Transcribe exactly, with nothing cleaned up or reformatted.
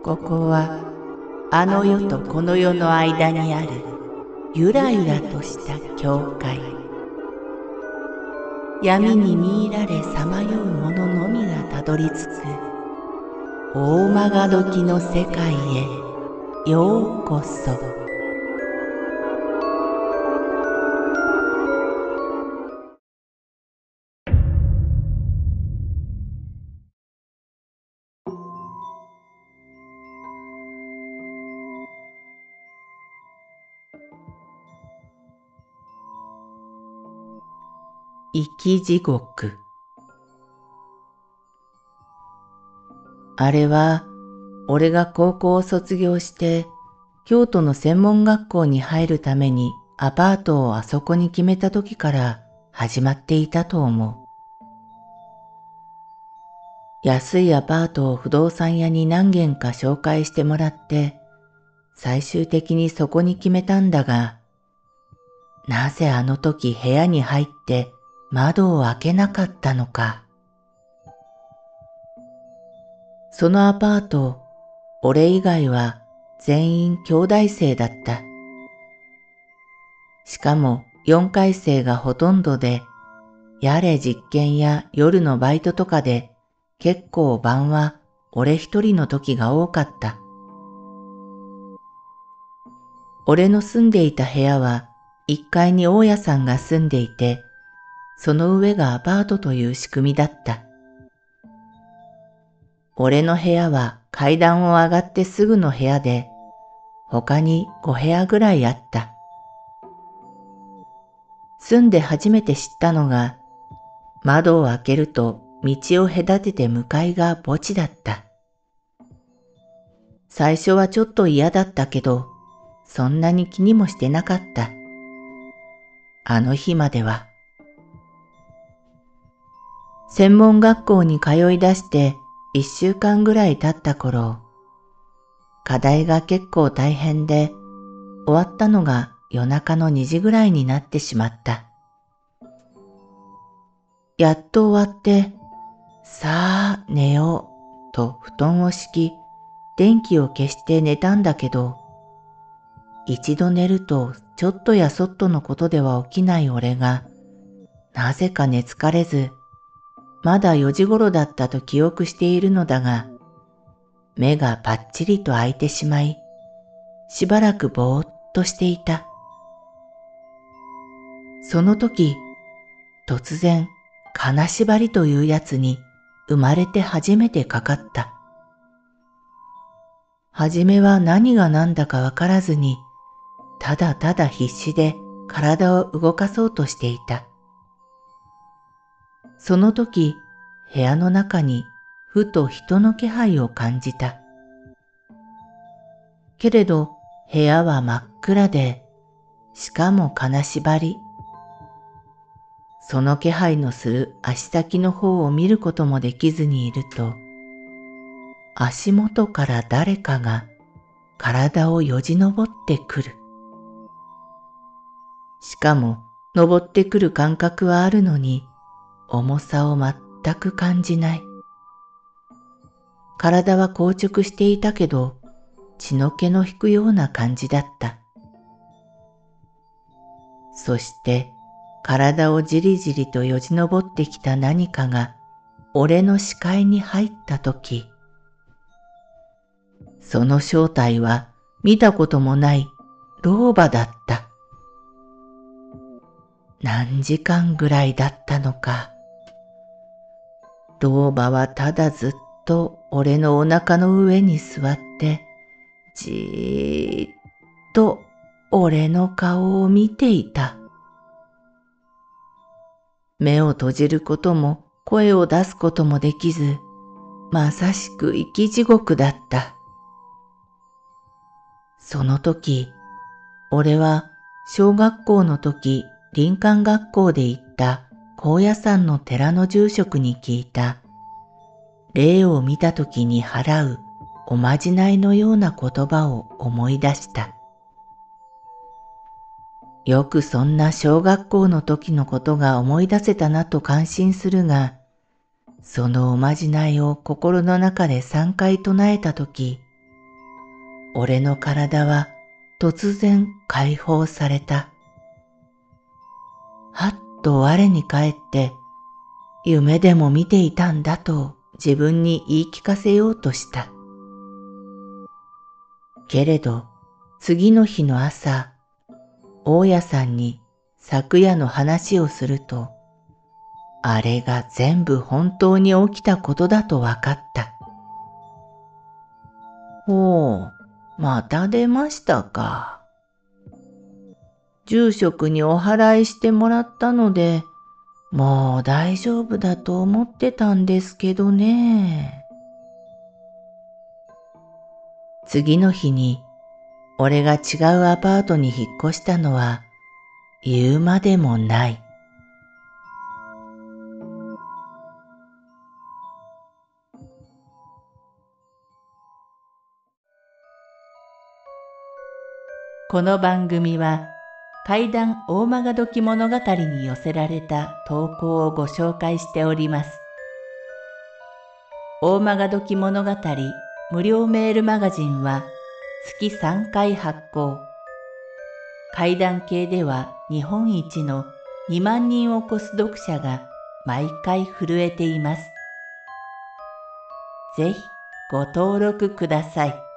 ここはあの世とこの世の間にあるゆらゆらとした境界。闇に見入られさまよう者のみがたどり着く大曲どきの世界へようこそ。生き地獄。あれは俺が高校を卒業して京都の専門学校に入るためにアパートをあそこに決めた時から始まっていたと思う。安いアパートを不動産屋に何軒か紹介してもらって最終的にそこに決めたんだが、なぜあの時部屋に入って窓を開けなかったのか。そのアパート、俺以外は全員兄弟生だった。しかもよんかい生がほとんどで、やれ実験や夜のバイトとかで結構晩は俺一人の時が多かった。俺の住んでいた部屋はいっかいに大家さんが住んでいて、その上がアパートという仕組みだった。俺の部屋は階段を上がってすぐの部屋で、他にご部屋ぐらいあった。住んで初めて知ったのが、窓を開けると道を隔てて向かいが墓地だった。最初はちょっと嫌だったけど、そんなに気にもしてなかった。あの日までは。専門学校に通い出していっしゅうかんぐらい経った頃、課題が結構大変で、終わったのが夜中のにじぐらいになってしまった。やっと終わって、さあ寝ようと布団を敷き、電気を消して寝たんだけど、一度寝るとちょっとやそっとのことでは起きない俺が、なぜか寝つかれず、まだよじ頃だったと記憶しているのだが、目がパッチリと開いてしまい、しばらくぼーっとしていた。その時、突然、金縛りというやつに生まれて初めてかかった。はじめは何が何だかわからずに、ただただ必死で体を動かそうとしていた。その時、部屋の中にふと人の気配を感じた。けれど部屋は真っ暗で、しかも金縛り。その気配のする足先の方を見ることもできずにいると、足元から誰かが体をよじ登ってくる。しかも登ってくる感覚はあるのに、重さを全く感じない。体は硬直していたけど、血の気の引くような感じだった。そして体をじりじりとよじ登ってきた何かが俺の視界に入ったとき、その正体は見たこともない老婆だった。何時間ぐらいだったのか。老婆はただずっと俺のお腹の上に座って、じーっと俺の顔を見ていた。目を閉じることも声を出すこともできず、まさしく生き地獄だった。その時、俺は小学校の時林間学校で行った高野山の寺の住職に聞いた、霊を見た時に払うおまじないのような言葉を思い出した。よくそんな小学校の時のことが思い出せたなと感心するが、そのおまじないを心の中でさんかい唱えたとき、 俺の体は突然解放された。はっと我に返って、夢でも見ていたんだと自分に言い聞かせようとした。けれど、次の日の朝、大家さんに昨夜の話をすると、あれが全部本当に起きたことだとわかった。おう、また出ましたか。住職にお祓いしてもらったので、もう大丈夫だと思ってたんですけどね。次の日に、俺が違うアパートに引っ越したのは、言うまでもない。この番組は怪談大曲どき物語に寄せられた投稿をご紹介しております。大曲どき物語無料メールマガジンは月さんかい発行。怪談系では日本一のにまんにんを超す読者が毎回震えています。ぜひご登録ください。